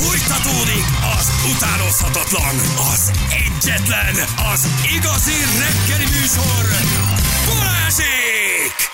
Fújtatódik az utánozhatatlan, az egyetlen, az igazi reggeli műsor, Balázsék!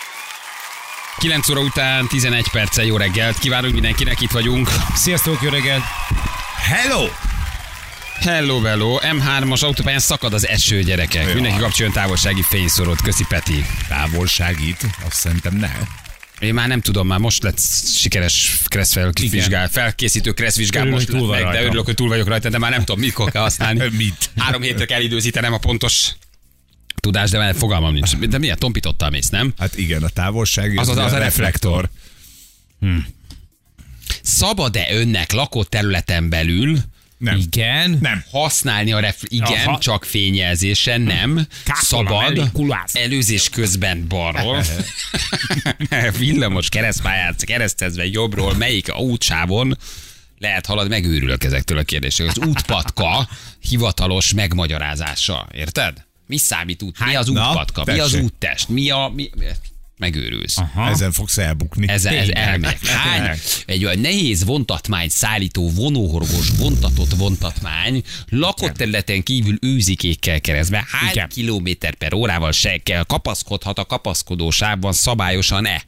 9 óra után 11 perccel jó reggelt. Kívánunk mindenkinek, itt vagyunk. Sziasztok, jó reggelt! Hello! Hello. M3-as autópályán szakad az eső, gyerekek. Jaj. Mindenki kapcsoljon távolsági fényszórót. Köszi, Peti. Távolságít? Azt szerintem ne. Én már nem tudom, már most lett sikeres kresszvizsgál, felkészítő kresszvizsgál, Örülök, most hogy túl lett van meg, de rajta. örülök, hogy túl vagyok rajta, de már nem tudom, mikor kell használni. Mit? 3 hétre kell időzítenem a pontos tudás, de már fogalmam nincs. De milyen tompítottal mész, nem? Hát igen, a távolsági Az a reflektor. reflektor. Szabad-e önnek lakott területen belül Nem. Igen. Nem. használni a igen, Aha. csak fényjelzésen, nem. Kászolom Szabad. elé, kulász. Előzés közben balról. Villamos keresztpályát keresztezve jobbról, melyik útsávon lehet haladni, megőrülök ezektől a kérdésekkel. Az útpatka hivatalos megmagyarázása, érted? Mi számít út? Mi az Na, útpatka? Mi az tessék. úttest? Megőrülsz. Ezen fogsz elbukni. Ez elmegyek. Hány egy olyan nehéz vontatmány szállító vonóhorgos vontatott vontatmány lakott területen kívül őzikékkel keresztbe hány Igen. kilométer per órával se kell kapaszkodhat a kapaszkodó sávban szabályosan-e?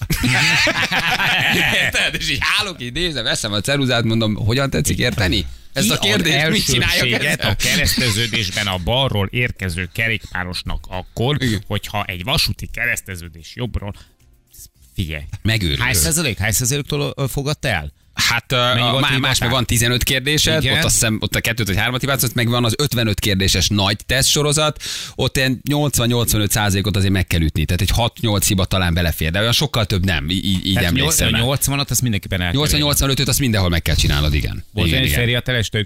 Érted? És így állok, így nézem, veszem a ceruzát, mondom, hogyan tetszik érteni? Ezt a kérdést mit csináljak a ezzel? kereszteződésben a balról érkező kerékpárosnak akkor, hogyha egy vasúti kereszteződés jobbról, figyelj. Megőrülök. Hány százaléktól fogadta el? Hát volt más hivatás? meg van 15 kérdésed, Igen. ott azt hiszem, ott a 2 vagy 3 hibázott, meg van az 55 kérdéses nagy tesztsorozat, ott ilyen 80-85%-ot azért meg kell ütni, tehát egy 6-8 hiba talán belefér, de olyan sokkal több nem, így Hát emlékszem. 80-at, azt mindenképpen el kell érni. 80-85-öt azt mindenhol meg kell csinálnod, igen. Volt Igen, egy igen. Feri a telestől.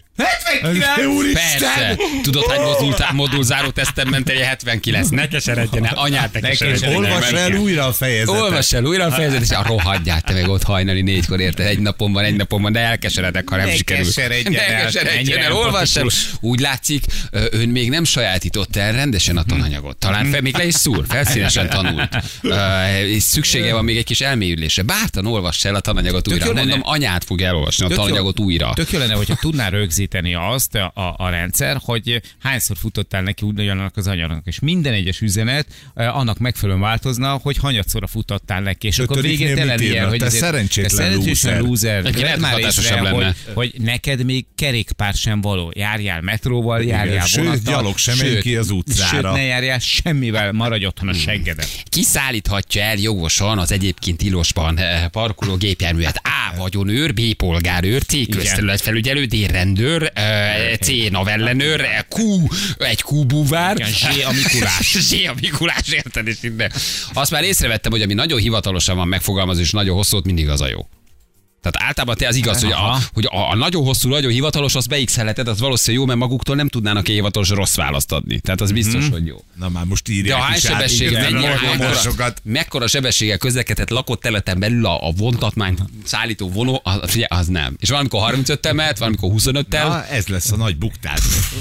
Persze, tudod, hogy modulzáró tesztem ment egy 79, ne keseredjen el, anyát ne keseredjen el. Olvass el újra a fejezetet. Olvass el újra a fejezetet, és rohadjál te meg ott hajnali 4-kor, érted? Egy napon van, de elkeseredek, ha nem Ne sikerül. keseredjen el. Keseredjen Ennyire el, olvass el. empatikus. Úgy látszik, ön még nem sajátította el rendesen a tananyagot. Talán még le is szúr, felszínesen tanult. És szüksége van még egy kis elmélyülésre. Bártan olvass el a tananyagot újra. jó lenne. Mondom, anyát fog elolvasni a Tök jó. tananyagot újra. Tök jó lenne, hogyha tudná rögzíteni azt a rendszer, hogy hányszor futottál neki ugyanannak az anyagnak, és minden egyes üzenet annak megfelelően változna, hogy hanyatszorra futottál neki, és akkor Ötödiknél végén telen mit ilyen, írnak? hogy Te azért- szerencsétlen te lúzer. Vedd lehet, már hatásosabb észre, lenne. hogy neked még kerékpár sem való. Járjál metróval, járjál Sőt, vonattal. gyalog sem menj ki az utcára. Sőt, ne járjál semmivel, maradj otthon a seggedet. Ki szállíthatja el jogosan az egyébként tilosban parkoló gépjárművet? A. Vagyonőr, B. Polgárőr, C. Közterületfelügyelő, D. Rendőr, C. Navellenőr, Q. Egy Q-búvár, Igen, Z. a Mikulás. Z. a Mikulás, érted? És minden. Azt már észrevettem, hogy ami nagyon hivatalosan van megfogalmazva, és nagyon hosszú, ott mindig az a jó. Tehát általában te az igaz, hogy a nagyon hosszú, nagyon hivatalos, azt beixelheted, az valószínűleg jó, mert maguktól nem tudnának egy hivatalos rossz választ adni. Tehát az biztos, hogy jó. Na már most De írják a hány is át, sebesség, igen, sokat. mekkora sebességgel közlekedett lakott területen belül a vontatmány szállító vonó, figyelj, az nem. És valamikor 35-tel mehet, valamikor 25-tel, Na, ez lesz a nagy buktát.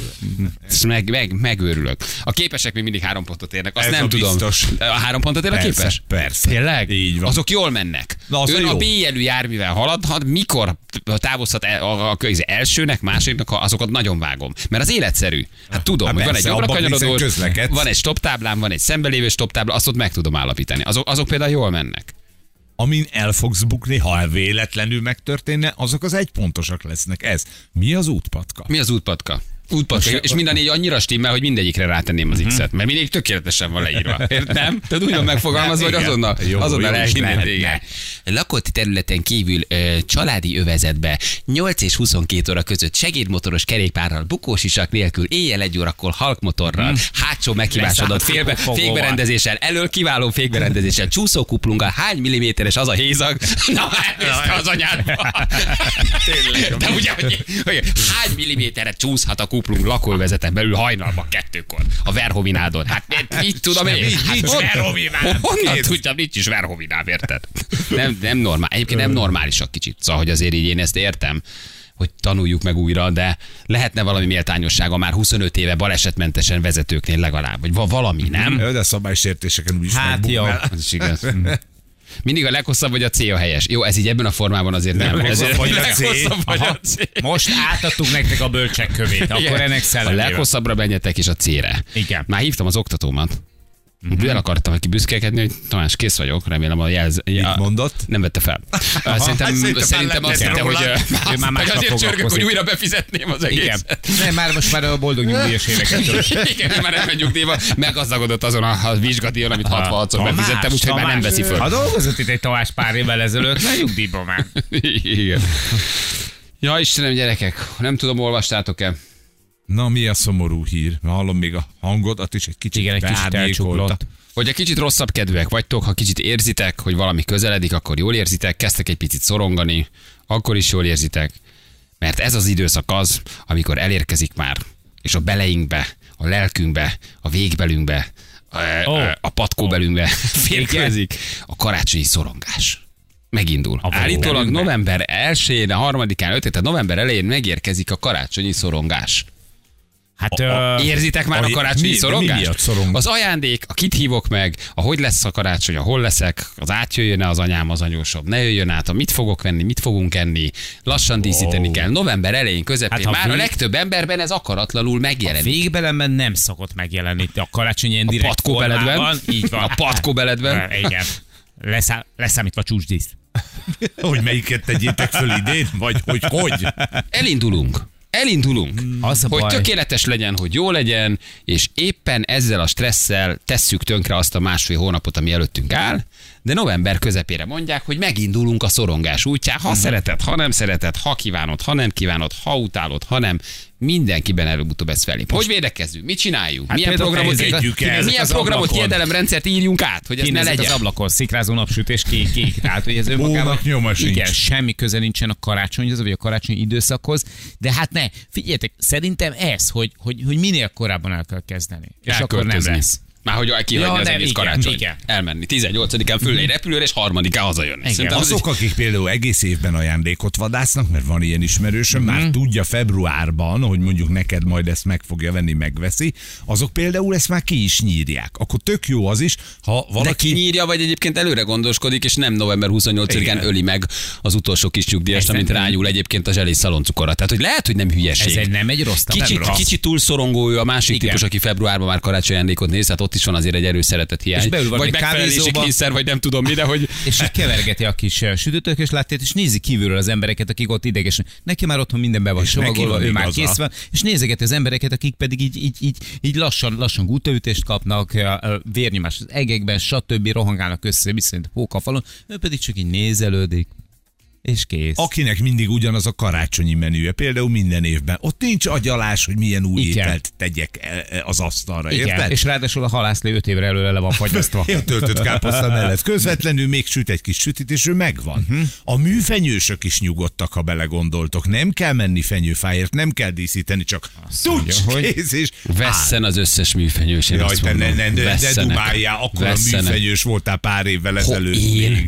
és megőrülök. A képesek még mindig 3 pontot érnek, azt Ez nem a tudom. biztos. A 3 pontot ér a Persze, képes? persze. Tényleg? Így van. Azok jól mennek. Na, az Ön a a jó. B-jelű járművel haladhat, mikor távozhat a elsőnek, másodiknak, azokat nagyon vágom. Mert az életszerű. Hát tudom, Hát hogy van egy persze, jobbra abban kanyarodós, hiszen közlekedsz. van egy stop táblám, van egy szembelévő stop tábla, azt ott meg tudom állapítani. Azok például jól mennek. Amin el fogsz bukni, ha véletlenül megtörténne, azok az egypontosak lesznek. Ez. Mi az útpatka? Mi az útpatka? Útpatka. És mind a 4 annyira stimmel, hogy mindegyikre rátenném az X-et, mert mindig tökéletesen van leírva. Értem? Tehát úgy van megfogalmazva, hogy Igen. azonnal Jó is elhinnéd. lehetne. Igen. Lakott területen kívül családi övezetbe 8 és 22 óra között segédmotoros kerékpárral, bukósisak nélkül, éjjel 1 órakor halkmotorral, hátsó meghibásodott fékberendezéssel, elől kiváló fékberendezéssel, csúszókuplunggal, hány milliméteres az a hézag? Na, elnézte az anyádba. Tényleg. De ugye, hogy hány milliméterre csúszhat a kuplung lakóvezeten belül hajnalban 2-kor a Verhovinádon? Hát mit tudom én? Nincs Verhovinád. Honnan tudjam, nincs is Verhovinád, érted? Nem normál. Egyébként nem normálisak kicsit. Szóval, hogy azért így én ezt értem, hogy tanuljuk meg újra, de lehetne valami méltányossága már 25 éve balesetmentesen vezetőknél legalább, vagy valami, nem? De szabálysértéseken úgyis Hát jó. megbuknál. Az is igaz. Mindig a leghosszabb vagy a C a helyes. Jó, ez így ebben a formában azért nem. Leghosszabb vagy a C. Leghosszabb vagy a C. Most átadtuk nektek a bölcsek kövét, akkor ennek A szellemével. leghosszabbra menjetek és a C-re. Igen. Már hívtam az oktatómat. El akartam neki büszkélkedni, hogy Tamás, kész vagyok, remélem a Mit mondott? Nem vette fel. Szerintem már azt hitte, hogy Ő már másnap azért csörgök, hogy foglalkozik. újra befizetném az Igen. egészet. Nem, már most már a boldog nyugdíjas éveket töltött. Igen, már nem megy nyugdíjba, meggazdagodott azon a vizsgadíjon, amit 66-szor befizettem, úgyhogy már nem veszi föl. Ha dolgozott itt egy Tamás pár évvel ezelőtt, ne nyugdíjba már. Igen. Ja, Istenem, gyerekek, nem tudom, olvastátok-e? Na, mi a szomorú hír? Hallom még a hangodat is egy kicsit Igen, egy kicsit beárnyékolta. elcsuklott. Hogy egy kicsit rosszabb kedvűek vagytok, ha kicsit érzitek, hogy valami közeledik, akkor jól érzitek, kezdtek egy picit szorongani, akkor is jól érzitek. Mert ez az időszak az, amikor elérkezik már, és a beleinkbe, a lelkünkbe, a végbelünkbe, a patkóbelünkbe férkőzik a karácsonyi szorongás. Megindul. Állítólag november 1-én, a 3-án, 5-én, tehát november elején megérkezik a karácsonyi szorongás. Hát Érzitek már a karácsonyi mi szorongást? miatt szorong? Az ajándék, a kit hívok meg, a hogy lesz a karácsony, a hol leszek, az átjöjjön-e az anyám, az anyósom, ne jöjjön át, a mit fogok venni, mit fogunk enni, lassan díszíteni kell. November elején, közepén, Hát, már a legtöbb emberben ez akaratlanul megjelenik. végbelemben nem szokott megjelenni itt a karácsonyi ilyen direkt patkóbeledben. formában. Így van. A patkóbeledben. Igen. Leszámítva a csúcsdísz. Hogy melyiket tegyétek föl idén? Vagy hogy? Elindulunk. Az a Hogy baj. tökéletes legyen, hogy jó legyen, és éppen ezzel a stresszel tesszük tönkre azt a 1,5 hónapot, ami előttünk áll, de november közepére mondják, hogy megindulunk a szorongás útján, ha szereted, ha nem szereted, ha kívánod, ha nem kívánod, ha utálod, ha nem, mindenkiben előbb-utóbb ez felép. Hogy védekezzünk? Mit csináljunk? Hát milyen például programot, engedjük el milyen az programot, ablakon. hiedelemrendszert írjunk át, hogy ez ne Kinézek legyen? az ablakon, szikrázó napsütés, kék. Tehát, hogy ez önmagában... Hónak nyoma sincs. Igen, semmi köze nincsen a karácsonyhoz, vagy a karácsonyi időszakhoz, de hát ne, figyeljetek, szerintem ez, hogy minél korábban el kell kezdeni. És akkor nem Elköltözni. lesz. Már hogy kihagyni Ja, az nem, egész igen, karácsony. igen. Elmenni. 18-án föl egy repülőre, és 3-án hazajönni. Szerintem az Azok, akik például egész évben ajándékot vadásznak, mert van ilyen ismerősöm, már tudja februárban, hogy mondjuk neked majd ezt meg fogja venni, megveszi, azok például ezt már ki is nyírják. Akkor tök jó az is, ha de valaki... kinyírja, vagy egyébként előre gondoskodik, és nem november 28-án Igen. öli meg az utolsó kis nyugdíjast, amint rányúl egyébként a zselés szaloncukorra. Tehát, hogy lehet, hogy nem hülyeség. Ez nem egy rossz Kicsit túl szorongó ő a másik Igen. típus, aki februárban már karácsonyi ajándékot néz, hát ott is van azért egy erős szeretethiány. És beül valami Vagy megfelelési kávézóba. kényszer, vagy nem tudom mi, de hogy... És így kevergeti a kis sütőtökös láttét, és nézi kívülről az embereket, akik ott idegesen. Neki már otthon minden be van És neki csomagolva, van ő már igaza. kész van, és nézegeti az embereket, akik pedig így lassan gútaütést kapnak, vérnyomás az egekben, stb. Rohangálnak össze, viszont hók a falon, ő pedig csak így nézelődik, és kész. Akinek mindig ugyanaz a karácsonyi menüje, például minden évben. Ott nincs agyalás, hogy milyen új Igen. ételt tegyek az asztalra, Igen, érted? és ráadásul a halászlé 5 évre előre le van fagyasztva. A töltött káposzta mellett közvetlenül még süt egy kis sütit, és ő megvan. A műfenyősök is nyugodtak, ha belegondoltok. Nem kell menni fenyőfáért, nem kell díszíteni, csak mondja, tudj, hogy- kész, és Vesszen az összes műfenyős, én Jaj, azt te mondom. de Vesszenek. dubáljál, akkor a Vesszenek. műfenyős voltál pár évvel ezelőtt. én? még.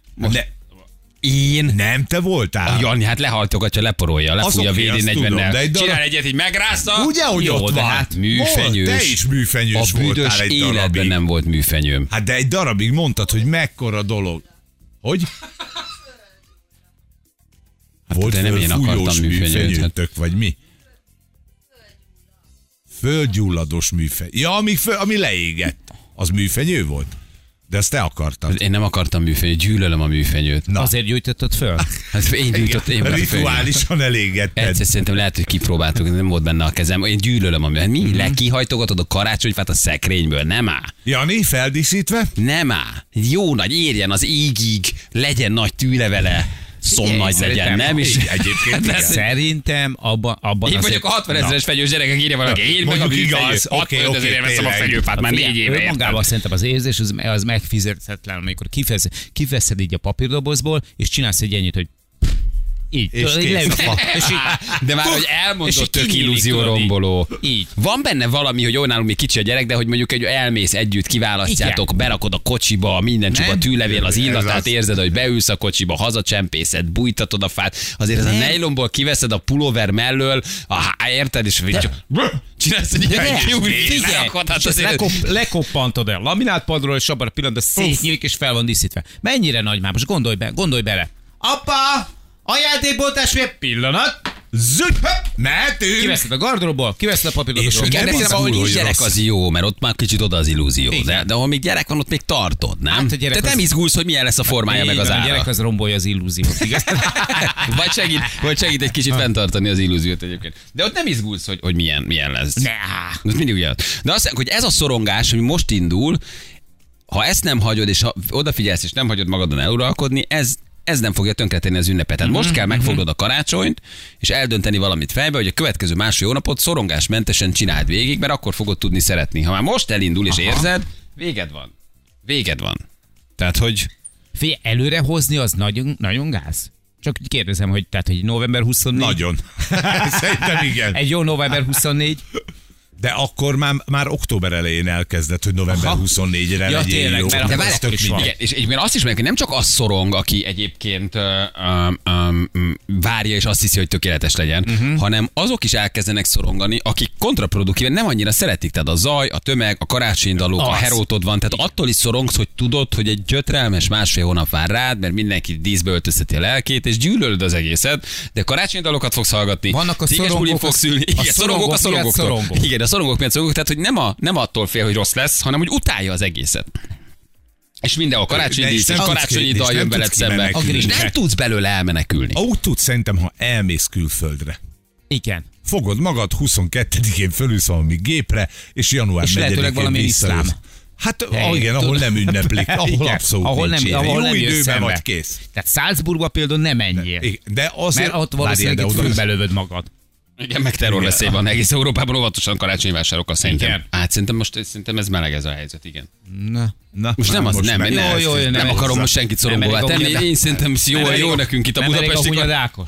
Én? Nem, te voltál? Jani, hát lehaltogatja, leporolja, lefújja oké, azt tudom, de VD40-nel. egy darab- Csinál egyet, így megrázza. Ugye, hogy Jó, ott de van? hát műfenyős. Te is műfenyős A büdös voltál egy életben darabig. nem volt műfenyőm. Hát de egy darabig mondtad, hogy mekkora dolog. Hogy? Volt de nem én akartam fújós műfenyőt, műfenyőtök, vagy mi? Földgyulladós műfenyő. Ja, ami leégett. Az műfenyő volt? De ezt te akartad. Én nem akartam műfenyőt, gyűlölöm a műfenyőt. Na. Azért gyújtottad föl? Hát én gyújtottam, én voltam a főnök. Rituálisan elégetted. Egyszer szerintem lehet, hogy kipróbáltuk, nem volt benne a kezem. Én gyűlölöm a műfenyőt. Mi? Lekihajtogatod a karácsonyfát a szekrényből? Nem áll. Jani, feldíszítve? Nem áll. Jó nagy, érjen az égig, legyen nagy tűlevele, szomnagy legyen, szerintem nem? És egyébként igen. Szerintem abban én azért- vagyok a 60 ezeres fegyős gyerekek, írja valaki. Én meg a Mondjuk igaz. műfenyő. Oké, 65 ezerért veszem a tényleg. fegyőfát, már 4 éve. Önmagában érted? szerintem az érzés az megfizethetetlen, amikor kiveszed így a papírdobozból, és csinálsz egy ennyit, hogy Így. És Tudod, így kész. leülsz, és így, De már, hogy és elmondott, így tök kinyílik, illúzióromboló. tudod, így. Van benne valami, hogy jó, nálunk még kicsi a gyerek, de hogy mondjuk egy elmész együtt, kiválasztjátok, Igen. berakod a kocsiba, minden csupa Nem? tűlevél, az Ez illatát az. érzed, hogy beülsz a kocsiba, hazacsempészed, bújtatod a fát, azért ez a Nem. nejlomból kiveszed a pulóver mellől, érted, és csinálsz egy ilyen De kiugrik, figyelj, lerakod, hát és ezt azért... lekoppantod el laminátpadról, és abban a pillanatban szétnyílik, és fel van díszítve. Mennyire nagy már? Most gondolj bele. Apa! Ajándékboltás miért? Pillanat! Zügy! Mehetünk! Kiveszed a gardróból, kiveszed a És papírlapot. Igen, nem de az ahol túl, nincs hogy gyerek, rossz. az jó, mert ott már kicsit oda az illúzió. De ahol még gyerek van, ott még tartod, nem? Hát a gyerek Te nem az- izgulsz, hogy milyen lesz a formája meg az A ára. gyerek az rombolja az illúziót, igaz? Vagy segít egy kicsit fenntartani az illúziót egyébként. De ott nem izgulsz, hogy milyen lesz. Ne. Ez mindig ugyanaz. De azt mondjuk, hogy ez a szorongás, ami most indul, ha ezt nem hagyod, és ha odafigyelsz, és nem hagyod magadon eluralkodni, ez nem fogja tönkretenni az ünnepet. Tehát most kell megfognod a karácsonyt, és eldönteni valamit fejbe, hogy a következő másfél hónapot szorongásmentesen csináld végig, mert akkor fogod tudni szeretni. Ha már most elindul és érzed, véged van. Véged van. Tehát, hogy Figyelj, előre hozni az nagyon, nagyon gáz. Csak úgy kérdezem, hogy tehát, hogy november 24. Nagyon. Szerintem igen. Egy jó november 24. De akkor már október elején elkezdett, hogy november Aha. 24-re Ja, legyél tényleg, jó. mert Ez akkor tök is van. mindegy. igen, és egyébként azt is mondják, hogy nem csak az szorong, aki egyébként várja és azt hiszi, hogy tökéletes legyen, hanem azok is elkezdenek szorongani, akik kontraproduktíven nem annyira szeretik. Tehát a zaj, a tömeg, a karácsonydalók, a Az. herótod van. Tehát attól is szorongsz, hogy tudod, hogy egy gyötrelmes másfél hónap vár rád, mert mindenki díszbe öltözteti a lelkét, és gyűlölöd az egészet, de karácsonydalokat fogsz hallgatni. Vannak a céges szorongók, bulin fogsz ülni. a Igen, szorongók a szorongók miatt szorongóktól. szorongok. Igen, a szorongók miatt szorongók, tehát hogy nem attól fél, hogy rossz lesz, hanem hogy utálja az egészet. És mindenhol karácsonyi De és dísz, nem és tudsz karácsonyi ki- dal és jön nem veled tudsz szembe. kimenekülni. És nem tudsz belőle elmenekülni. Úgy tudsz szerintem, ha elmész külföldre. Igen. Fogod magad, 22-én fölülsz valami gépre, és január És lehetőleg 4-én valamilyen visszajössz. iszlám. Hát Hely, igen, ahol tudod. nem ünneplik, ahol Igen, abszolút ahol nincs nem, ilyen. ahol Jó nem jössz időben szembe. vagy kész. Tehát Salzburgba például nem menjél. Igen, de azért... Mert ott várjál, valószínűleg de itt oda- fölbelövöd magad. Igen, meg terrorveszély van egész Európában, óvatosan karácsonyi vásárokkal szerintem. Igen. Hát szerintem ez meleg ez a helyzet, igen. Na. Most nem az, nem, meg- nem, Jó, nem, nem akarom elég most senkit nem szorongóvá elég a tenni. Hunyad- Én szerintem jó nekünk itt a Nem elég budapesti a Hunyad Ákos.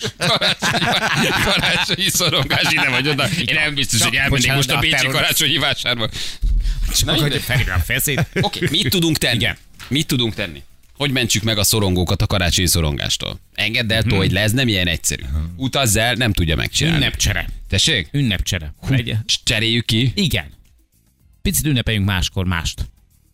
karácsonyi szorongás ide vagy oda. Én nem biztos, hogy elmennék Bocsánat, most de a a bécsi terror- karácsonyi vásárba. Na, Hogy mindegy. felhívja a feszét. Oké, mit tudunk tenni? Igen. Mit tudunk tenni? Hogy mentsük meg a szorongókat a karácsonyi szorongástól? Engedd el, tolj le, ez nem ilyen egyszerű. Utazz el, nem tudja megcsinálni. Ünnepcsere. Tessék? Ünnepcsere. Legyen. Cseréljük ki. Igen. Picit ünnepeljünk máskor mást.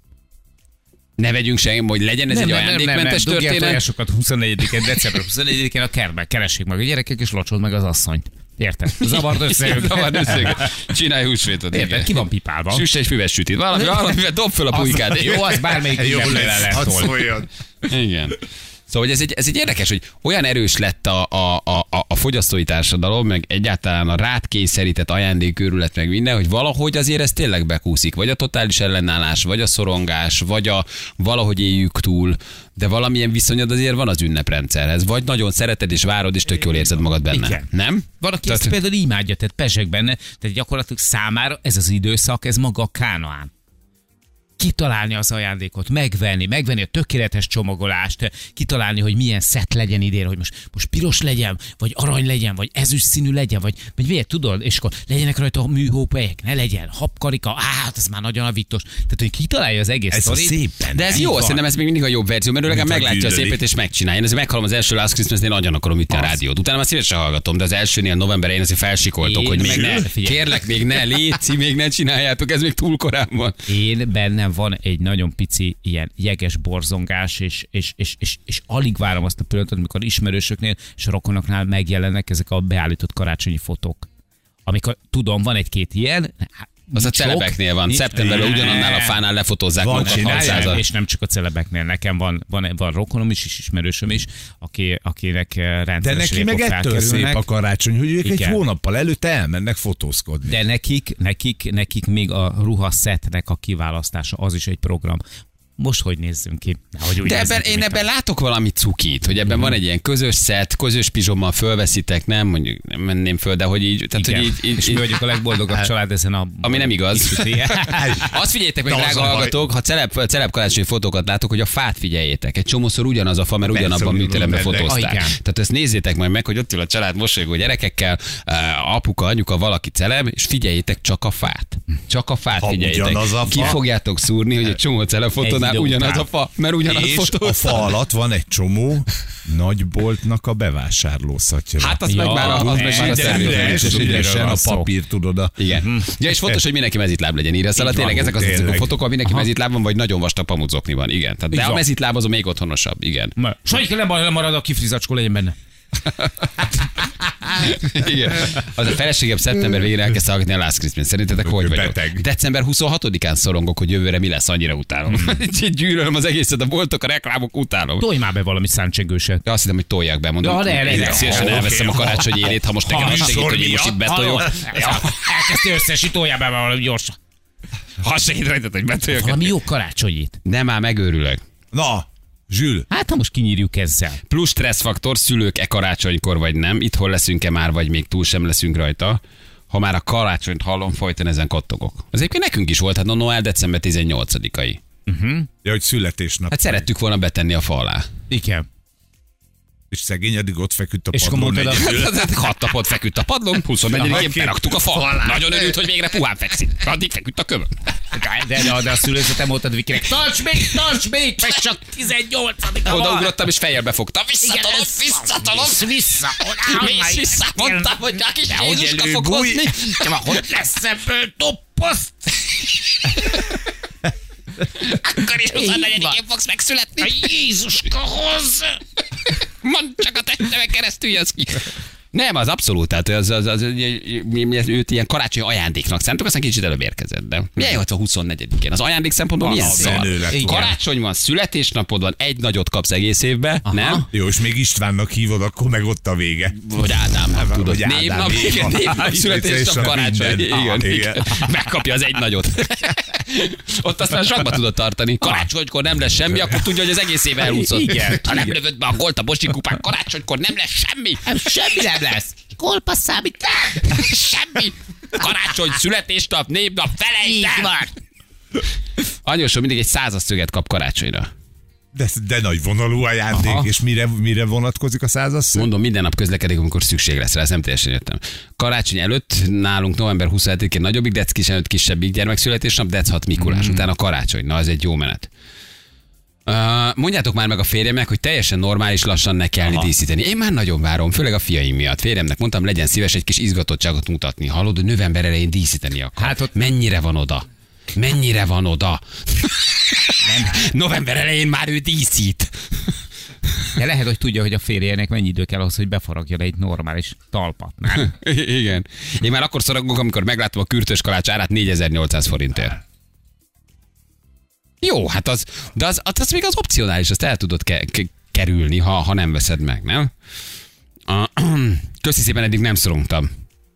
Ne vegyünk semmi, hogy legyen ez egy ajándékmentes Dugják történet. tojásokat 24-én, december 24-én a kertben. Keressék meg a gyerekek, és locsold meg az asszonyt. Érted? Zavard össze őket. Zavard össze őket. Csinálj húsvétot. Érted? igen. Ki van pipálva? Süss egy füves sütit. Valamivel dob föl a pulykát. Jó, az bármelyik Jó ünnepre lesz, lehet hadd tolni. szóljon. Igen. Szóval hogy ez egy érdekes, hogy olyan erős lett a fogyasztói társadalom, meg egyáltalán a rád kényszerített ajándékőrület, meg minden, hogy valahogy azért ez tényleg bekúszik. Vagy a totális ellenállás, vagy a szorongás, vagy a valahogy éljük túl, de valamilyen viszonyod azért van az ünneprendszerhez. Vagy nagyon szereted és várod, és tök jól érzed magad benne. Igen. Nem? Van, aki ezt például imádja, tehát pezseg benne, tehát gyakorlatilag számára ez az időszak, ez maga a Kánaán. Kitalálni az ajándékot, megvenni a tökéletes csomagolást, kitalálni, hogy milyen szett legyen idén, hogy most piros legyen, vagy arany legyen, vagy ezüst színű legyen, vagy miért tudod, és akkor legyenek rajta műhópelyek, ne legyen, habkarika, hát ez már nagyon avítos. Tehát, hogy kitalálja az egész Ez a sztorit. szép benne. De ez jó, van. szerintem ez még mindig a jobb verzió, mert ő legalább Mint a meglátja a gyűlöli. szépet és megcsinálja. Én azért meghalom az első Last Christmas-nél, nagyon akarom ütni a Az. rádiót. Utána már szívesen hallgatom, de az elsőnél novemberén azért felsikoltok, Én hogy még meg ne, figyelj. kérlek, még ne, léci, még ne csináljátok, ez még túl korán van. Én bennem van egy nagyon pici ilyen jeges borzongás, és alig várom azt a pillanatot, amikor ismerősöknél és a rokonoknál megjelennek ezek a beállított karácsonyi fotók. Amikor tudom, van egy-két ilyen, Az a nincs sok, celebeknél van. nincs- Szeptemberben Ne. ugyanannál a fánál lefotózzák Van, magukat csinálják, 600-at. És nem csak a celebeknél, nekem van rokonom is, és ismerősöm is, akinek De rendszeresen neki meg ilyenkor ettől szép felkerülnek. a karácsony, hogy ők egy Igen. hónappal előtte elmennek fotózkodni. De nekik még a ruhaszettnek a kiválasztása, az is egy program. most hogy nézzünk ki? Nehogy úgy De nézzünk ebben, ki, én mint ebben látok valami cukit, hogy ebben van egy ilyen közös szett, közös pizsommal fölveszitek, nem, mondjuk nem menném föl, de hogy így, tehát, igen. hogy így, És mi vagyunk a legboldogabb család ezen a... ami nem igaz. Azt figyeljétek meg, De az drága a baj. hallgatók, ha celeb karácsonyi fotókat látok, hogy a fát figyeljétek. Egy csomószor ugyanaz a fa, mert Persze, ugyanabban a műteremben ugyanúgy fotózták. mennek. Tehát ezt nézzétek majd meg, hogy ott ül a család mosolygó gyerekekkel, apuka, anyuka, valaki celeb, és figyeljétek csak a fát. Csak a fát Ha figyeljétek. ugyanaz a Ki fa. fogjátok szúrni, hogy egy csomó celebfotónál Egy idő ugyanaz után. a fa, mert ugyanaz És a fotózták. fa alatt van egy csomó nagyboltnak a bevásárlószatja. Hát az Ja, meg már a, az meg már a üres, üresen a szó. papír, tudod. Igen. Ja, és fontos, hogy mindenki mezitláb legyen írva. Szóval Így van, tényleg ezek azok a tényleg. fotók, ahol mindenki mezitláb van, vagy nagyon vastag pamucokni van. Igen. Tehát, de Így a van. mezitláb az a még otthonosabb. Igen. Sajnálom, lemarad a kifrizacskó, legyen benne. Igen. Az a feleségem szeptember végén elkezdte hallgatni a Last Christmas. Szerintetek hogy vagyok? Beteg. December 26-án szorongok, hogy jövőre mi lesz, annyira utálom. Gyűlölöm az egészet, a boltok, a reklámok, utálom. Tolj már be valami száncsengőset. Ja, azt hittem, hogy tolják be, mondom. Ja, ne, Én szívesen oké. elveszem a karácsonyi élét, ha most nekem Ha azt segít, műsor hogy én most itt miatt. betoljak. Elkezdte összesít, toljál be valami gyorsan. Ha segít rajtad, hogy betoljak. Valami jó karácsonyit. Nem, már megőrülök. Na, Zsül, Hát, ha most kinyírjuk ezzel. Plusz stresszfaktor, szülők-e karácsonykor vagy nem, itthon leszünk-e már, vagy még túl sem leszünk rajta. Ha már a karácsonyt hallom, folyton ezen kattogok. Az egyébként nekünk is volt, hát a Noel december 18-ai. ja, hogy születésnap. Hát szerettük volna betenni a fa alá. Igen. És szegény addig ott feküdt a És akkor padlón mondtad a- egyedül. 6 napot feküdt a padlón, 24-én Oké. beraktuk a fa alá. Nagyon örült, hogy végre puhán fekszik. Addig feküdt a kövön. De a szülőzetem mondtad Vikinek, tarts még, meg csak 18-a van. Odaugrottam és fejjel befogtam. Visszatolom. Vissza. Mész vissza. Mondtam, hogy a kis Jézuska fog előbújj. hozni. Hogy lesz ebből topposzt? Akkor is 24-én fogsz megszületni. Jézuska hoz! Mondd csak a testemen keresztül jössz ki. Nem, az abszolút, tehát mi őt ilyen karácsonyi ajándéknak szántuk, aztán kicsit előbb érkezett, de milyen jó, hogy a 24-én? Az ajándék szempontból milyen szar? menő lett volna. Karácsony van, születésnapod van, egy nagyot kapsz egész évben, nem? Jó, és még Istvánnak hívod, akkor meg ott a vége. Vagy Ádámnak, tudod. Vagy Ádám, Névnap, így igen, van. névnap, születésnap, karácsony. Minden. Igen, Igen. igen. Megkapja az egy nagyot. Ott aztán sakba tudod tartani. Karácsonykor nem lesz semmi, akkor tudja, hogy az egész év elúszott. Igen. Ha nem lövöd be a gólt a Bocsi kupán, karácsonykor nem lesz semmi. Semmi nem lesz. Kolpa számít. Semmi. Karácsony, születésnap, névnap, felejtsd el. Anyósom mindig egy 100-as szöget kap karácsonyra. De nagy vonalú ajándék, Aha. és mire vonatkozik a százasszög? Mondom, minden nap közlekedik, amikor szükség lesz rá, ezt nem teljesen értem. Karácsony előtt nálunk november 27-én nagyobbik, Deckis előtt kisebbik gyermekszületésnap, Dec 6 Mikulás, utána karácsony. Na, ez egy jó menet. Mondjátok már meg a férjemnek, hogy teljesen normális lassan ne kellni díszíteni. Én már nagyon várom, főleg a fiaim miatt. Férjemnek mondtam, legyen szíves egy kis izgatottságot mutatni. Hallod, hogy november elején díszíteni akar. Hát ott- mennyire van oda? Mennyire van oda? November elején már ő díszít. De lehet, hogy tudja, hogy a férjének mennyi idő kell ahhoz, hogy befaragja le egy normális talpat. Nem? Igen. Én már akkor szorongok, amikor megláttam a kürtös kalács árát 4800 forintért. Jó, hát az még az opcionális, azt el tudod kerülni, ha nem veszed meg, nem? Köszi szépen, eddig nem szorongtam.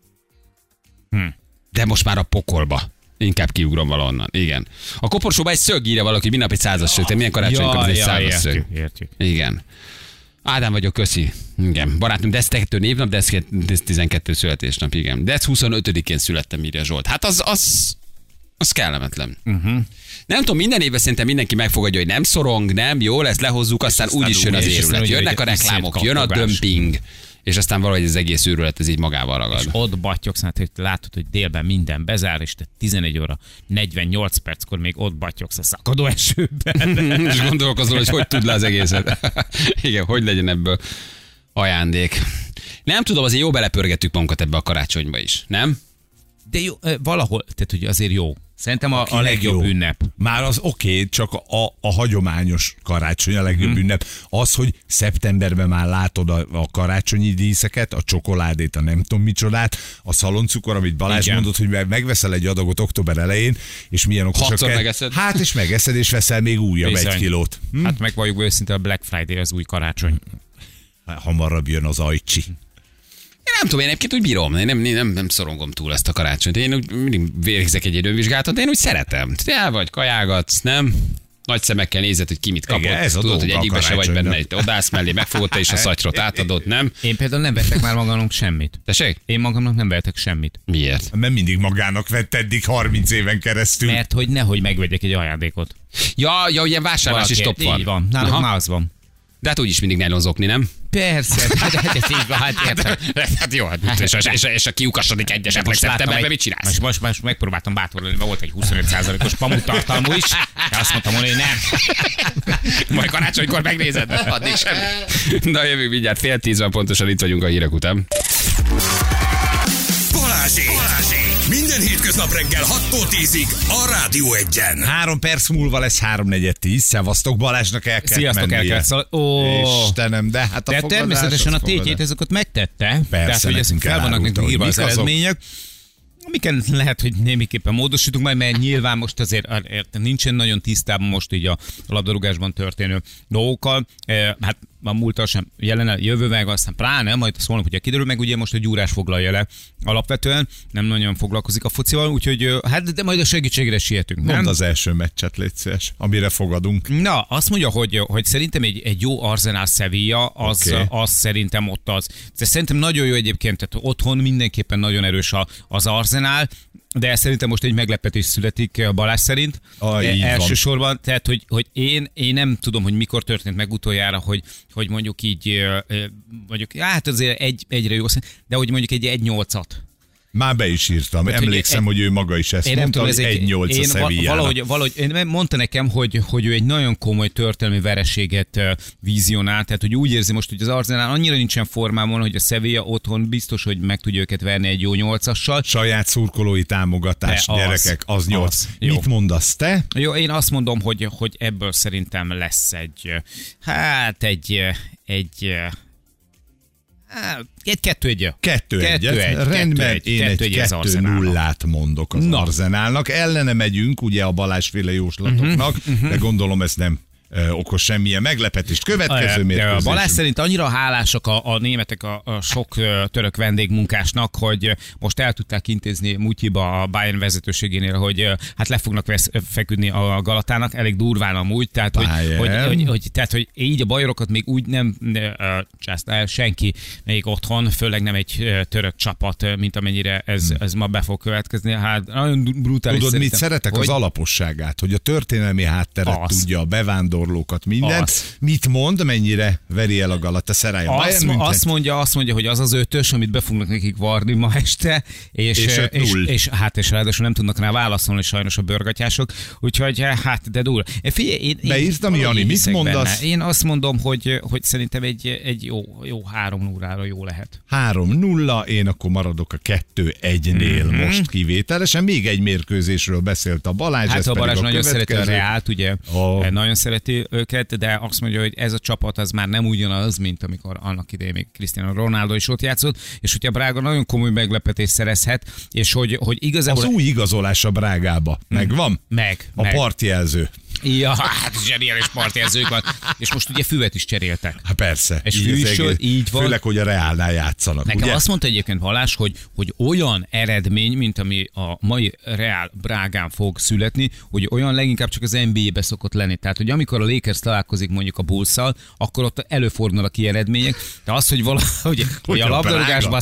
De most már a pokolba. Inkább kiugrom valahonnan. Igen. A koporsóban egy szög, írja valaki, minden nap egy 100-as szög. Te milyen karácsonykor ez egy 100-as szög? Értjük. Igen. Ádám vagyok, köszi. Igen. Barátom, Desz 2 névnap, Desz 12 születésnap, igen. Desz 25-én születtem, írja Zsolt. Hát az kellemetlen. Nem tudom, minden évben szerintem mindenki megfogadja, hogy nem szorong, nem, jó lesz, lehozzuk, aztán úgyis jön az úgy, és aztán őrület. úgy, Jönnek a hogy reklámok, jön a szétkapogás. dömping, és aztán valahogy az egész őrület ez így magával ragad. Ott battyogsz, hát hogy látod, hogy délben minden bezár, és te 11 óra 48 perckor még ott battyogsz a szakadó esőben. És gondolkozol, hogy tud le az egészet. Igen, hogy legyen ebből ajándék. Nem tudom, azért jó belepörgettük magunkat ebbe a karácsonyba is, nem? De jó, valahol, tehát hogy azért jó. Szerintem a Akinek legjobb jó. ünnep. Már az oké, csak a hagyományos karácsony a legjobb ünnep. Az, hogy szeptemberben már látod a karácsonyi díszeket, a csokoládét, a nem tudom micsodát, a szaloncukor, amit Balázs Igen. mondott, hogy megveszel egy adagot október elején, és milyen okosak Hatszor megeszed. Hát, és megeszed, és veszel még újabb Bizony. 1 kilót. Hát meg vagyok őszinte, a Black Friday az új karácsony. Hamarabb jön az ajcsi. Én nem tudom, én egyébként úgy bírom, én nem szorongom túl ezt a karácsonyt. Én úgy mindig végzek egy önvizsgálatot, de én úgy szeretem. Te el vagy, kajálgatsz, nem? Nagy szemekkel nézed, hogy ki mit kapott. Igen, ez a tudod, hogy dolga egyikbe se vagy karácsonynak. benne. Te odállsz mellé, megfogod te is a szatyrot, átadod, nem? Én például nem vettek már magamnak semmit. Tessék? Én magamnak nem vettek semmit. Miért? Mert mindig magának vett eddig 30 éven keresztül. Mert hogy nehogy megvegyek egy ajándékot. Ja, ilyen vásárlás is top van. Így van. Nálunk Aha. már az van. De hát úgyis mindig nylonzokni, nem? Persze, de ez így van, hát értem. Hát jó, hát és a kiukassodik egy esetleg Most láttam szeptemberben, egy- mit csinálsz? Most megpróbáltam bátor lenni, mert volt egy 25%-os pamut tartalmú is, de azt mondtam volna, hogy nem. Majd karácsonykor megnézed, addig semmi. Na jövünk mindjárt, 9:10 van pontosan, itt vagyunk a hírek után. Balázsék! Minden hétköznap reggel 6-tól 10-ig a Rádió 1-en. 3 perc múlva lesz 3:4. Szevasztok, Balázsnak el kell Sziasztok, mennie. el kell Istenem, de hát a De fogadás, természetesen a az fogadás. tétjét ezeket megtette. Tehát, hogy ezek nekünk fel vannak elárulta, nekünk írva hogy az mik azok. eredmények. Amiken lehet, hogy némiképpen módosítunk majd, mert nyilván most azért nincsen nagyon tisztában most így a labdarúgásban történő dolgokkal. Hát a múltal sem jelen, jövővel, aztán pláne, majd szólnak, hogyha kiderül, meg ugye most a Gyúrás foglalja le alapvetően, nem nagyon foglalkozik a focival, úgyhogy hát de majd a segítségre sietünk. Nem? Mondd az első meccset, légy szíves, amire fogadunk. Na, azt mondja, hogy szerintem egy jó Arsenal Sevilla, az szerintem ott az. De szerintem nagyon jó egyébként, tehát otthon mindenképpen nagyon erős az Arsenal, de szerintem most egy meglepetés születik Balázs szerint. Így van. Elsősorban, tehát hogy én nem tudom, hogy mikor történt meg utoljára, hogy mondjuk így, mondjuk, hát azért egyre jó, de hogy mondjuk egy 1-8-at. Már be is írtam. Hát, hogy Emlékszem, hogy ő maga is ezt Én nem mondta, tudom, hogy ez 1-8 a Sevillának. valahogy én mondta nekem, hogy ő egy nagyon komoly történelmi vereséget vizionál, tehát hogy úgy érzi most, hogy az Arsenal annyira nincsen formában, hogy a Sevilla otthon biztos, hogy meg tudja őket verni egy jó 8-assal. Saját szurkolói támogatás, De az, gyerekek, az 8. az. Jó. Mit mondasz te? Jó, én azt mondom, hogy ebből szerintem lesz egy 2-1. 2-1. Rendben, én egy 2-0-át mondok az Arsenalnak. Ellene megyünk, ugye a Balázsféle jóslatoknak, de gondolom ez nem okoz semmilyen meglepetést. Következő mérkőzés. Balázs szerint annyira hálásak a németek a sok török vendégmunkásnak, hogy most el tudták intézni Mutyiba a Bayern vezetőségénél, hogy hát le fognak feküdni a Galatának, elég durván amúgy, tehát hogy így a bajorokat még úgy nem császta el senki még otthon, főleg nem egy török csapat, mint amennyire ez ma be fog következni. Hát nagyon brutális. Tudod, mit szerintem, szeretek? Az alaposságát, hogy a történelmi hátteret tudja, a bevándorlókat, mindent. Mit mond, mennyire veri el a Galatasaray? Azt mondja, hogy az az 5-ös, amit be fognak nekik varni ma este, és ráadásul nem tudnak rá válaszolni sajnos a bőrgatyások, úgyhogy hát de durva. Figyelj, beírtam, Jani, mit mondasz? Én azt mondom, hogy szerintem egy jó 3-0-ra jó lehet. 3-0, én akkor maradok a 2-1-nél most kivételesen. Még egy mérkőzésről beszélt a Balázs. Hát ez a pedig Balázs nagyon következő. szereti a Reált, ugye? Nagyon szereti őket, de azt mondja, hogy ez a csapat az már nem ugyanaz, mint amikor annak idején még Cristiano Ronaldo is ott játszott, és hogy a Braga nagyon komoly meglepetést szerezhet, és hogy igazából... Az új igazolás a Brágába. Megvan? Meg. Partjelző. Ja, hát zseniális partjelzők van. És most ugye füvet is cseréltek. Hát persze. És így van. Főleg, hogy a Reálnál játszanak. Nekem ugye? azt mondta egyébként Balázs, hogy olyan eredmény, mint ami a mai Real Brágán fog születni, hogy olyan leginkább csak az NBA-be szokott lenni. Tehát, hogy amikor a Lakers találkozik mondjuk a Bulls-szal, akkor ott előfordulnak ilyen eredmények. De az, hogy valahogy hogy a labdarúgásban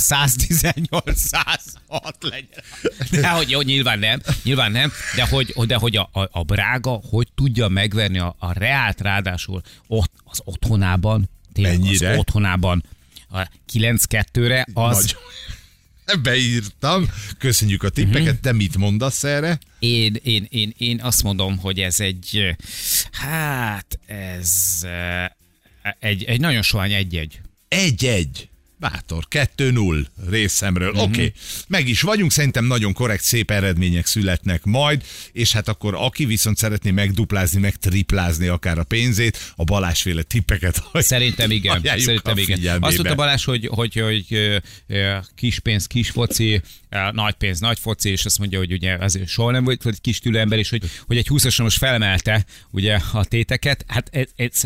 118-106 legyen. De hogy jó, nyilván nem, de hogy a Brága hogy tudja megverni a Reált, ráadásul ott az otthonában, tényleg mennyire? Az otthonában a 9-2-re az... Beírtam. Köszönjük a tippeket. Te mit mondasz erre? Én azt mondom, hogy ez egy nagyon sovány 1-1. 1-1. Bátor, 2-0 részemről. Oké. Meg is vagyunk, szerintem nagyon korrekt, szép eredmények születnek majd, és hát akkor aki viszont szeretné megduplázni, meg triplázni akár a pénzét, a Balázsféle tippeket Szerintem igen. Azt tudta Balázs, hogy kis pénz, kis foci, nagy pénz, nagy foci, és azt mondja, hogy ugye azért soha nem volt egy kis tülő ember, és hogy egy 20-asra most felemelte ugye a téteket. Hát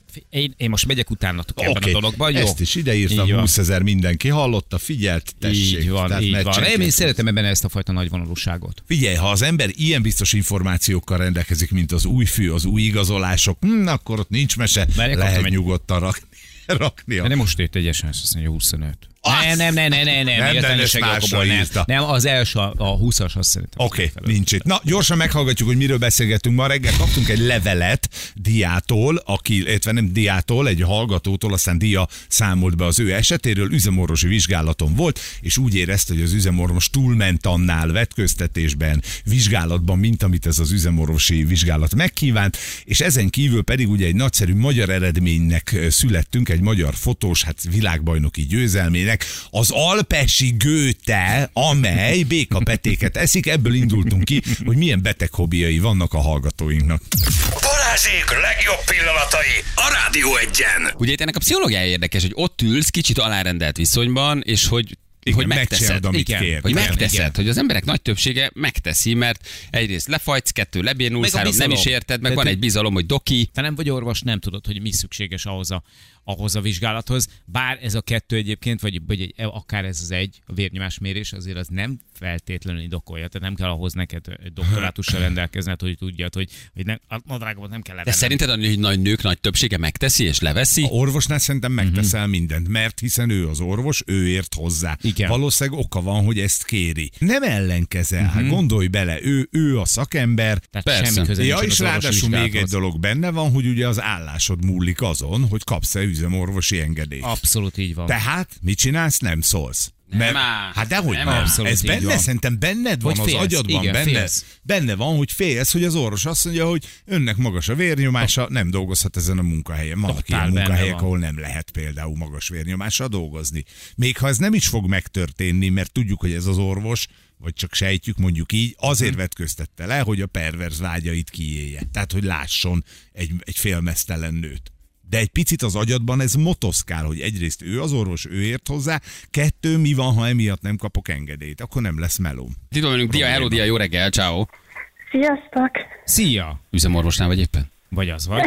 Én most megyek utánatok ebben Oké, a dologban. Jó. ezt is ideírtam, Így van. 20 000 mindenki hallotta, figyelt, tessék. Így van, Tehát így van. meccsenként. Én szeretem ebben ezt a fajta nagyvonalúságot. Figyelj, ha az ember ilyen biztos információkkal rendelkezik, mint az új fű, az új igazolások, akkor ott nincs mese, Várj, lehet kaptam egy- nyugodtan raknia. De nem most ért egy SMS, azt mondja 25. Azt! Nem, Dennis másra írta. Nem, az első, a 20-as azt szerintem. Oké, nincs itt. Na, gyorsan meghallgatjuk, hogy miről beszélgetünk ma reggel. Kaptunk egy levelet Diától, illetve nem Diától, egy hallgatótól, aztán Dia számolt be az ő esetéről, üzemorvosi vizsgálaton volt, és úgy érezte, hogy az üzemorvos túlment annál vetköztetésben, vizsgálatban, mint amit ez az üzemorvosi vizsgálat megkívánt, és ezen kívül pedig ugye egy nagyszerű magyar eredménynek születtünk, egy magyar fotós, hát világbajnoki győzelmének, az alpesi Göte, amely békapetéket eszik, ebből indultunk ki, hogy milyen beteg hobbiai vannak a hallgatóinknak. Balázsék legjobb pillanatai a Rádió Egyen. Ugye itt ennek a pszichológiája érdekes, hogy ott ülsz kicsit alárendelt viszonyban, és hogy megteszed. megcsinálod, amit Igen. kér. Hogy Igen, megteszed, igen. hogy az emberek nagy többsége megteszi, mert egyrészt lefagysz, 2 lebénulsz, Meg a 3 nem is bizalom. érted, meg Tehát, van egy hogy- bizalom, hogy doki. Te nem vagy orvos, nem tudod, hogy mi szükséges ahhoz a vizsgálathoz. Bár ez a 2 egyébként, vagy akár ez az 1, a vérnyomásmérés, azért az nem feltétlenül indokolja. Tehát nem kell ahhoz neked egy doktorátussal rendelkezned, hogy tudjad, hogy nem, a nadrágomat nem kell De levennem. szerinted a nők nagy többsége megteszi és leveszi? A orvosnál szerintem megteszel mindent, mert hiszen ő az orvos, ő ért hozzá. Igen. Valószínűleg oka van, hogy ezt kéri. Nem ellenkezel, hát gondolj bele, ő a szakember. Tehát Persze. semmi köze Ja, nincsen és az orvosi ráadásul még egy vizsgálathoz. dolog benne van, hogy ugye az állásod múlik azon, hogy kapsz-e üzemorvosi engedélyt. Abszolút így van. Tehát mit csinálsz? Nem szólsz. Nem áll. Hát dehogy Nem nem. áll. Abszolút Ez így benne, van. szerintem benned van, Hogy az félsz. agyadban, Igen, benne, félsz. benne van, hogy félsz, hogy az orvos azt mondja, hogy önnek magas a vérnyomása, nem dolgozhat ezen a munkahelyen. Vannak Totál ilyen benne munkahelyek, van. ahol nem lehet például magas vérnyomással dolgozni. Még ha ez nem is fog megtörténni, mert tudjuk, hogy ez az orvos, vagy csak sejtjük, mondjuk így, azért vetköztette le, hogy a perverz vágyait kiélje. Tehát, hogy lásson egy félmeztelen nőt. De egy picit az agyadban ez motoszkál, hogy egyrészt ő az orvos, ő ért hozzá, 2, mi van, ha emiatt nem kapok engedélyt, akkor nem lesz melóm. Itt van velünk Dia, hello Dia, jó reggel, ciao. Sziasztok! Szia! Üzemorvosnál vagy éppen? Vagy az vagy?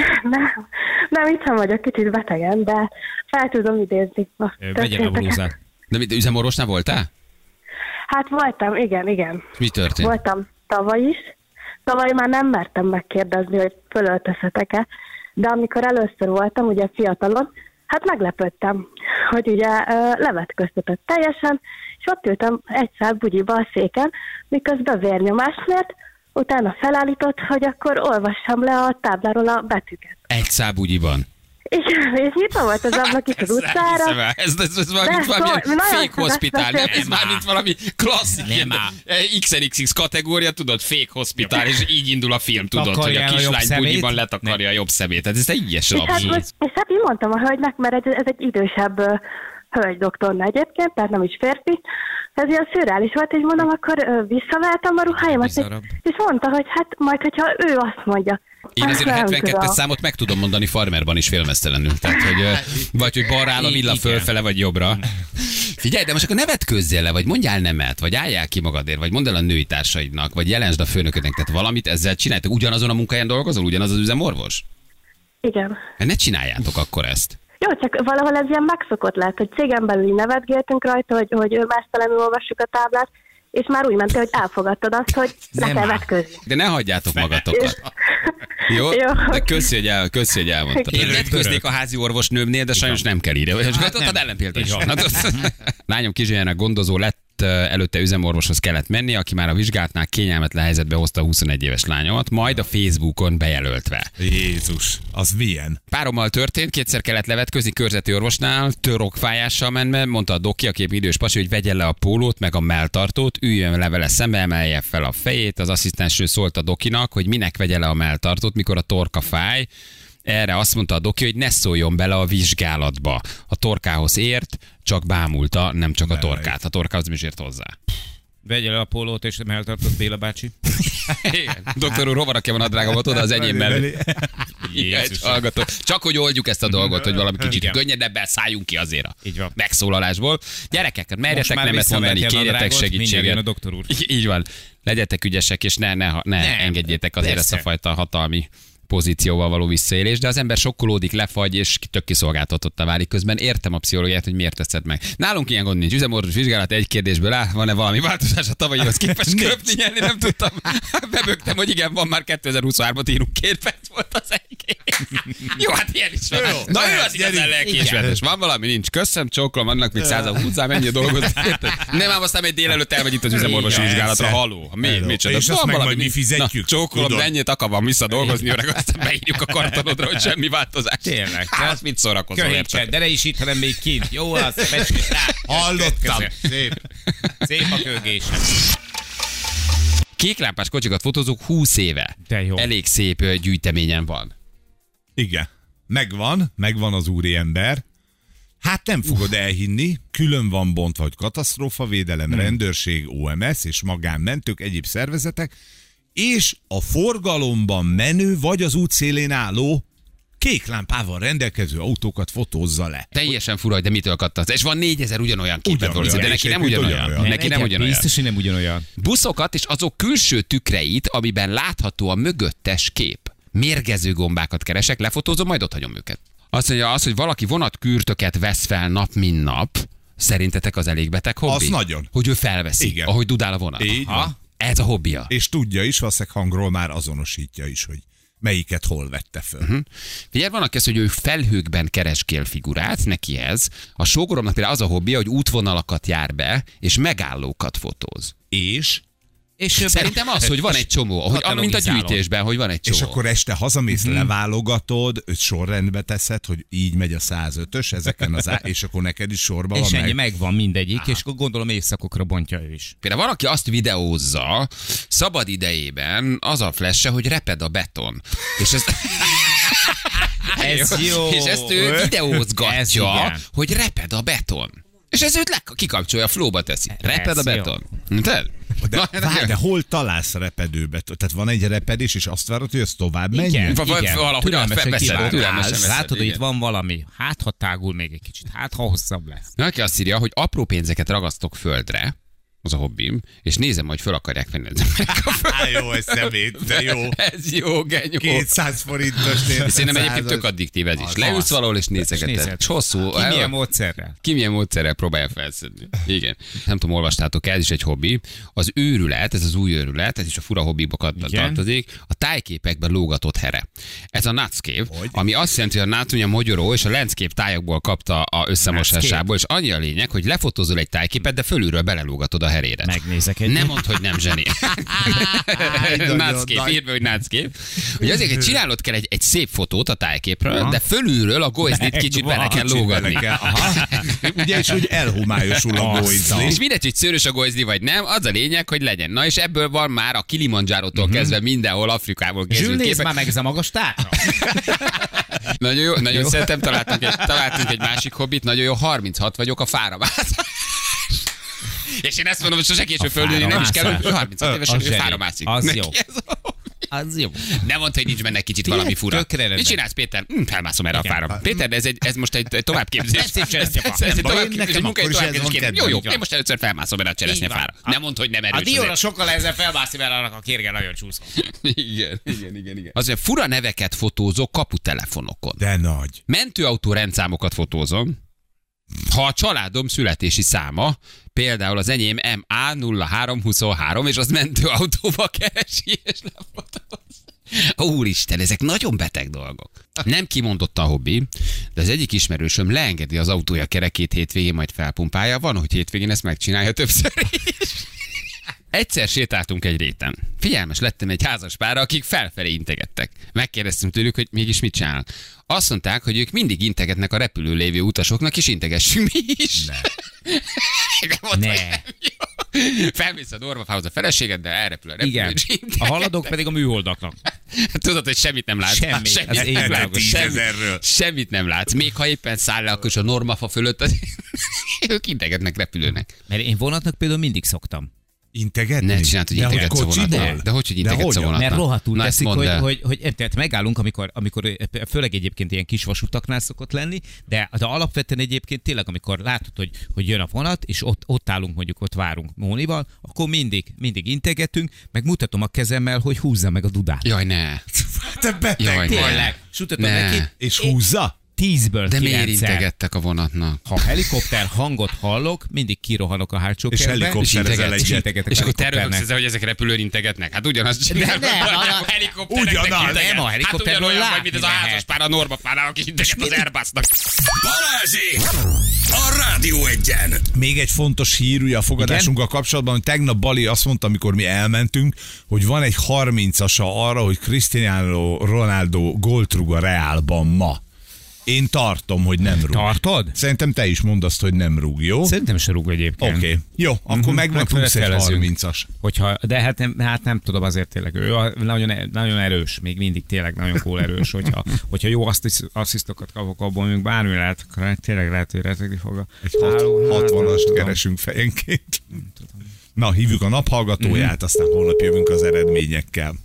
Nem, itthon vagyok, kicsit betegen, de fel tudom idézni. Vegyen a Történteket. blúzát. De üzemorvosnál voltál? Hát voltam, igen. És mi történt? Voltam tavaly is. Tavaly már nem mertem megkérdezni, hogy fölöltözhetek-e, de amikor először voltam, ugye fiatalon, hát meglepődtem, hogy ugye levetköztetett teljesen, és ott ültem egyszer bugyiba a széken, miközben vérnyomást mért, utána felállított, hogy akkor olvassam le a tábláról a betűket. Egy szábugyiban. Igen, és nyitva volt az ablak is az utcára. Ez valami szóval, nagyon fake szívesen hospitál, nem? Ez beszéltem. már mint valami klasszik, Nem ilyen áll. XNXX kategória, tudod, fake hospitál, és így indul a film, tudod, hogy a Takarjál a jobb kislány szemét. bugyiban letakarja a jobb szemét. Tehát ez teljes És hát, abszurd. és hát így mondtam a hölgynek, mert ez egy idősebb hölgy doktorna egyébként, tehát nem is férfi. Ez ilyen szürreális volt, és mondom, akkor visszavehetem a ruháimat, Bizarrabb. és mondta, hogy hát majd, hogyha ő azt mondja. Én azért a nem 72-es tudom. számot meg tudom mondani farmerban is félmeztelenül. Tehát, hogy vagy hogy balra áll a villa Igen. fölfele, vagy jobbra. Figyelj, de most akkor nevetközzél le, vagy mondjál nemet, vagy álljál ki magadért, vagy mondd el a női társaidnak, vagy jelensd a főnöködnek, tehát valamit ezzel csináljátok. Ugyanazon a munkahelyen dolgozol, ugyanaz az üzemorvos? Igen. Hát ne csináljátok akkor ezt. Jó, csak valahol ez ilyen megszokott lett, hogy cégen belül így nevetgéltünk rajta, hogy mesztelenül olvassuk a táblát, és már úgy mentél, hogy elfogadtad azt, hogy le kell vetközni. De ne hagyjátok magatokat. Jó? Jó. De köszi, hogy elmondtad. Én vetköznék a házi orvosnőmnél, de sajnos nem kell írni. És hát ellenpéldául is. Lányom Kizsájának gondozó lett, előtte üzemorvoshoz kellett menni, aki már a vizsgálatnál kényelmetlen helyzetbe hozta a 21 éves lányomat, majd a Facebookon bejelöltve. Jézus, az milyen? Párommal történt, 2-szer kellett levetközni körzeti orvosnál, törokfájással menve, mondta a doki, aki idős pasi, hogy vegye le a pólót, meg a melltartót, üljön le vele szembe, emelje fel a fejét, az asszisztensről szólt a dokinak, hogy minek vegye le a melltartót, mikor a torka fáj. Erre azt mondta a doki, hogy ne szóljon bele a vizsgálatba. A torkához ért, csak bámulta, nem csak a torkát. A torkához nem is ért hozzá. Vegye le a pólót és eltartott Béla bácsi. Doktor úr, hova rakjam a nadrágomat oda az enyém mellé? Jézus. Hallgató. Csak hogy oldjuk ezt a dolgot, hogy valami kicsit Igen. könnyedebben szálljunk ki azért a Így van. megszólalásból. Gyerekek, merjetek Most már nemet mondani, visszaverti a kérjetek nadrágot, mindjárt jön segítséget. a doktor úr. Így van. Legyetek ügyesek, és ne engedjétek azért persze. ezt a fajta hatalmi pozícióval való visszaélés, de az ember sokkolódik, lefagy, és tök kiszolgáltatottá válik közben. Értem a pszichológiát, hogy miért teszed meg. Nálunk ilyen gond nincs. Üzemorvos vizsgálat egy kérdésből áll, van-e valami változás a tavalyihoz képest köpni, nyelni, nem tudtam. Bebögtem, hogy igen, van már 2023-at írunk, 2 perc volt az egy. Jó, hát ilyen is van. Na ő az igazán lelkiismeretes. Van valami, nincs. Köszönöm, csókolom, annak még 100-an húzzám, ennyi dolgozni. Nem ám aztán egy délelőtt elmegy itt az üzemorvosi vizsgálatra. Haló. Mit csinálod? És azt meg majd mi fizetjük. Csókolom, de ennyit akarvam visszadolgozni, öreg, aztán beírjuk a kartonodra, hogy semmi változás. Tényleg. Hát mit szórakozol, érted? De ne is itt, hanem még kint. Jó, az Hallottam. Szép a kőgés. Kéklámpás kocsikat fotózunk 20 éve. De jó. Elég szép gyűjteményen van. Igen. Megvan az úriember. Hát nem fogod elhinni, külön van bontva, hogy katasztrófavédelem, rendőrség, OMS és magánmentők, egyéb szervezetek, és a forgalomban menő vagy az útszélén álló kék lámpával rendelkező autókat fotózza le. Teljesen fura, de mitől kattansz. És van 4000 ugyanolyan képet Ugyanolyan, de neki nem ugyanolyan. Neki nem ugyanolyan. Biztos, hogy nem ugyanolyan. Buszokat és azok külső tükreit, amiben látható a mögöttes kép. Mérgező gombákat keresek, lefotózom, majd ott hagyom őket. Azt mondja, az, hogy valaki vonatkürtöket vesz fel nap, mint nap, szerintetek az elég beteg hobbi? Az nagyon. Hogy ő felveszi, igen, ahogy dudál a vonat. Így van. Ez a hobbija. És tudja is, valószínűleg hangról már azonosítja is, hogy melyiket hol vette föl. Figyelj, van aki azt, hogy ő felhőkben keresgél figurát, neki ez. A sógoromnak például az a hobbija, hogy útvonalakat jár be, és megállókat fotóz. És Szerintem az, hogy van egy csomó, hogy, mint a gyűjtésben, hogy van egy csomó. És akkor este hazamész, leválogatod, őt sorrendbe teszed, hogy így megy a 105-ös, ezeken és akkor neked is sorba és van ennyi megvan mindegyik, és akkor gondolom éjszakokra bontja ő is. Például van, aki azt videózza szabad idejében, az a flash, hogy reped a beton. És ezt... Ez jó. És ezt ő videózgatja, hogy reped a beton. És ez őt kikapcsolja, flowba teszi. Reped a beton. De hol találsz repedőbeton? Tehát van egy repedés, és azt várod, hogy az tovább menjen? Valahogy türelmesen. Látod, hogy itt van valami. Hát, ha tágul még egy kicsit. Hát, ha hosszabb lesz. Aki azt írja, hogy apró pénzeket ragasztok földre, az a hobbim, és nézem, hogy föl akarják venni az emberek. Jó, ez szemét, de jó. Ez jó, genyó. 200 forintos. Szerintem egyébként tök addiktív ez is. Leülsz valahol és nézegeted. Hosszú. Ki milyen módszerrel? Ki milyen módszerrel próbálja felszedni. Igen. Nem tudom, olvastátok, ez is egy hobbi. Az őrület, ez az új őrület, ez is a fura hobbibokat tartozik. A tájképekben lógatott here. Ez a Nutscape, ami azt jelenti, hogy a Nuts, a mogyoró és a Landscape tájakból kapta a összemosásából, és annyi a lényeg, hogy lefotózol egy tájképet, de fölülről belelógatod a herére. Megnézek egy. Nem mondd, hogy nem zseni. Nutscape, írd be, hogy Nutscape. Hogy azért, hogy csinálnod kell egy szép fotót a tájképről, de fölülről a gojzlit kicsit bele kell lógatni. Ugye, és hogy elhomályosul a gojzli. És mindegy, hogy szőrös a gojzli vagy nem, az a lényeg, hogy legyen. Na és ebből van már a Kilimanjárótól kezdve mindenhol, Afrikából készült képek. Már meg ez a magas tátra. Nagyon jó, nagyon szeretem, találtunk egy másik hobbit, nagyon jó, 36 vagyok, a fára mászás. És én ezt mondom, hogy sose később földülni, nem is kell, hogy 36 évesen, hogy fára mászik. Az jó. Az jó. Nem mondta, hogy nincs benne kicsit valami fura. Mit csinálsz, Péter? Felmászom erre a fára. Péter, de ez most egy továbbképzés. Ez egy továbbképzés, munkai továbbképzés. Jó, én most először felmászom erre a cseresznyefára. Nem mondd, hogy nem erős. A dióra sokkal ezzel felmászni, mert annak a kérge nagyon csúszol. Igen. Azért fura neveket fotózok kaputelefonokon. De nagy. Mentőautó rendszámokat fotózom. Ha a családom születési száma, például az enyém MA0323, és az mentőautóba keresi, és lefotóz. Úristen, ezek nagyon beteg dolgok. Nem kimondott a hobbi, de az egyik ismerősöm leengedi az autója kerekét hétvégén, majd felpumpálja. Van, hogy hétvégén ezt megcsinálja többször is. Egyszer sétáltunk egy réten. Figyelmes lettem egy házas párra, akik felfelé integettek. Megkérdeztem tőlük, hogy mégis mit csinálnak. Azt mondták, hogy ők mindig integetnek a repülő lévő utasoknak, és integessünk mi is. Ne. Felmész a Dormafához a feleséged, de elrepül a repülő. Igen. A haladók pedig a műholdaknak. Tudod, hogy semmit nem látsz. Semmit nem látsz. Még ha éppen száll le, akkor is a Normafa fölött, ők integetnek repülőnek. Mert én vonatnak például mindig szoktam. Integetni? Ne csináld, hogy integetsz a vonatnál. De hogy integetsz a vonatnál? Mert rohadtul teszik, hogy tehát megállunk, amikor főleg egyébként ilyen kis vasutaknál szokott lenni, de alapvetően egyébként tényleg, amikor látod, hogy jön a vonat, és ott állunk, mondjuk ott várunk Mónival, akkor mindig integetünk, meg mutatom a kezemmel, hogy húzza meg a dudát. Jaj, ne. Te beteg Jaj, vagy. Tényleg. Sütöttem Ne. neki. És húzza? 10-ből De miért 9-szer. integettek a vonatnak? Ha helikopter hangot hallok, mindig kirohanok a hátsó És kertbe, helikopterezel és egyet. integetek És a akkor te rögtön helikopternek. ezzel, hogy ezek repülőn integetnek? Hát ugyanazt csinálnak. nem, a helikoptereknek ugyanaz. integet. Nem, a helikopterről hát ugyanolyan látni vagy, mint az a lehet. házaspár a Normafánál, aki integet az Airbusnak. Balázsék! A Rádió Egyen! Még egy fontos hír ugye a fogadásunkkal kapcsolatban, hogy tegnap Bali azt mondta, amikor mi elmentünk, hogy van egy 30-asa arra, hogy Cristiano Ronaldo gólt rúg a Reálban ma. Én tartom, hogy nem rúg. Tartod? Szerintem te is mondd azt, hogy nem rúg, jó? Szerintem se rúg egyébként. Oké. Jó, akkor megvan plusz egy Megfelelezünk. 30-as. Hogyha, de hát nem tudom, azért tényleg ő nagyon erős, még mindig tényleg nagyon cool erős, hogyha jó asszisztokat kapok abból, még bármi lehet, akkor tényleg lehet, hogy retegni fog a Egy háló. 60-ast keresünk fejenként. Na, hívjuk a naphallgatóját, aztán holnap jövünk az eredményekkel.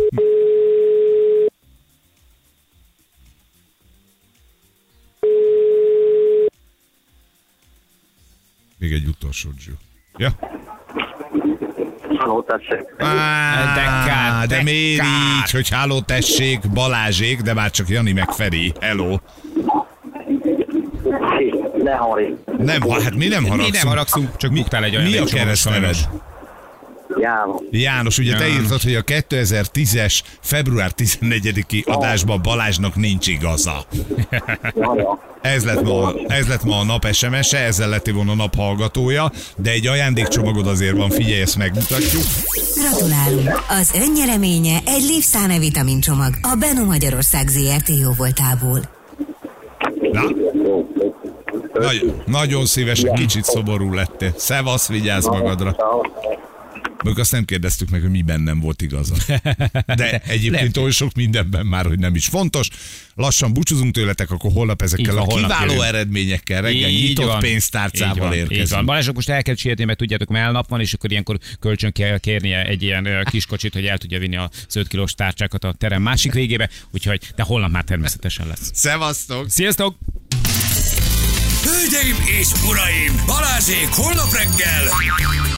Még egy utolsó Zsú. Ja? Halló, tessék. De miért így, hogy háló tessék, Balázsék, de már csak Jani meg Feri. Hello. Ne haragudj. Nem, hát mi nem haragszunk. Mi nem haragszunk, csak buktál egy olyan Mi a lépcsőn, keresztneved? sajnos. János. János, ugye te írtad, hogy a 2010-es február 14-i adásban Balázsnak nincs igaza. Jaja. Ez lett ma a nap SMS-e, ezzel lettél volna a nap hallgatója, de egy ajándékcsomagod azért van, figyelj, ezt megmutatjuk. Gratulálunk! Az önnyereménye egy Livszáne vitamincsomag a Beno Magyarország ZRT jóvoltából. Na, nagyon szívesen, kicsit szoború lettél. Szevasz, vigyázz magadra. Még azt nem kérdeztük meg, hogy miben nem volt igaza. De egyébként olyan sok mindenben már, hogy nem is fontos. Lassan búcsúzunk tőletek, akkor holnap ezekkel Így van, a holnap kiváló jövünk. eredményekkel reggel Így nyitott van. pénztárcával Így van. érkezünk. Balázsok most el kell sietni, mert tudjátok, mert elnap van, és akkor ilyenkor kölcsön kell kérnie egy ilyen kis kocsit, hogy el tudja vinni a 5 kilós tárcsákat a terem másik végébe, úgyhogy de holnap már természetesen lesz. Szevasztok! Sziasztok! Hölgyeim és uraim! Balázsék holnap reggel!